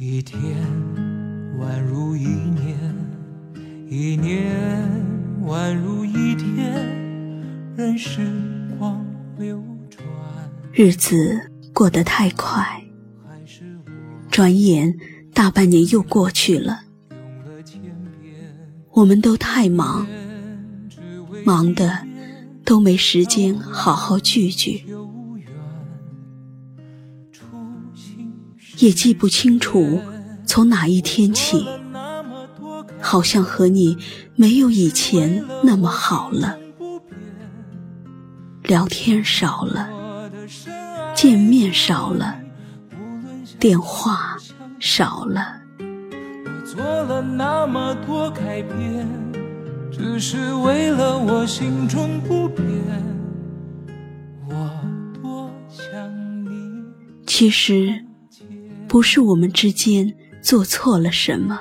一天宛如一年，一年宛如一天，任时光流转。 日子过得太快，转眼大半年又过去了。我们都太忙，忙得都没时间好好聚聚，也记不清楚从哪一天起，好像和你没有以前那么好了。聊天少了，见面少了，电话少了。 我做了那么多改变，只是为了我心中不变。我多想你。 其实不是我们之间做错了什么，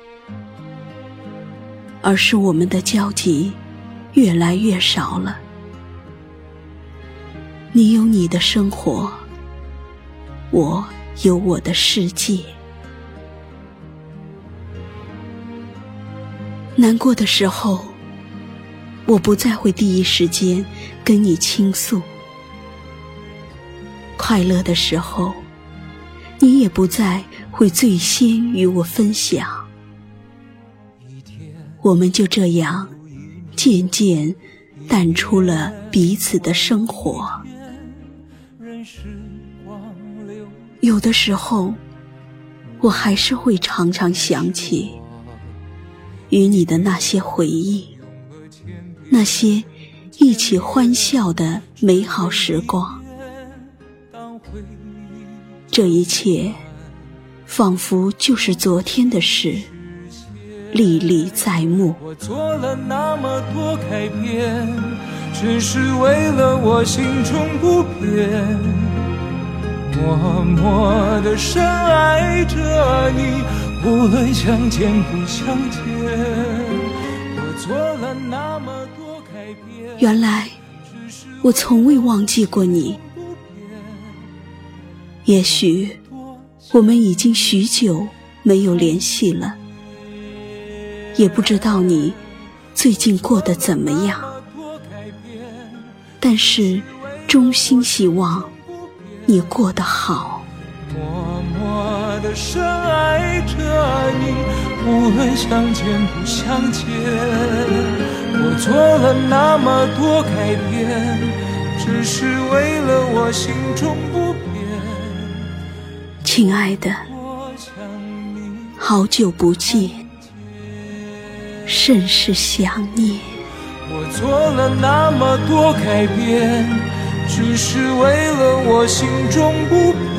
而是我们的交集越来越少了。你有你的生活，我有我的世界。难过的时候，我不再会第一时间跟你倾诉；快乐的时候，你也不再会最先与我分享。我们就这样渐渐淡出了彼此的生活。有的时候，我还是会常常想起与你的那些回忆，那些一起欢笑的美好时光。这一切仿佛就是昨天的事，历历在目。 我做了那么多改变，只是为了我心中不变。默默地深爱着你，无论相见不相见。我做了那么多改变， 原来我从未忘记过你。也许我们已经许久没有联系了，也不知道你最近过得怎么样，但是衷心希望你过得好。 默默地深爱着你，无论相见不相见。我做了那么多改变，只是为了我心中不变。 亲爱的，好久不见，甚是想念。 我做了那么多改变，只是为了我心中不变。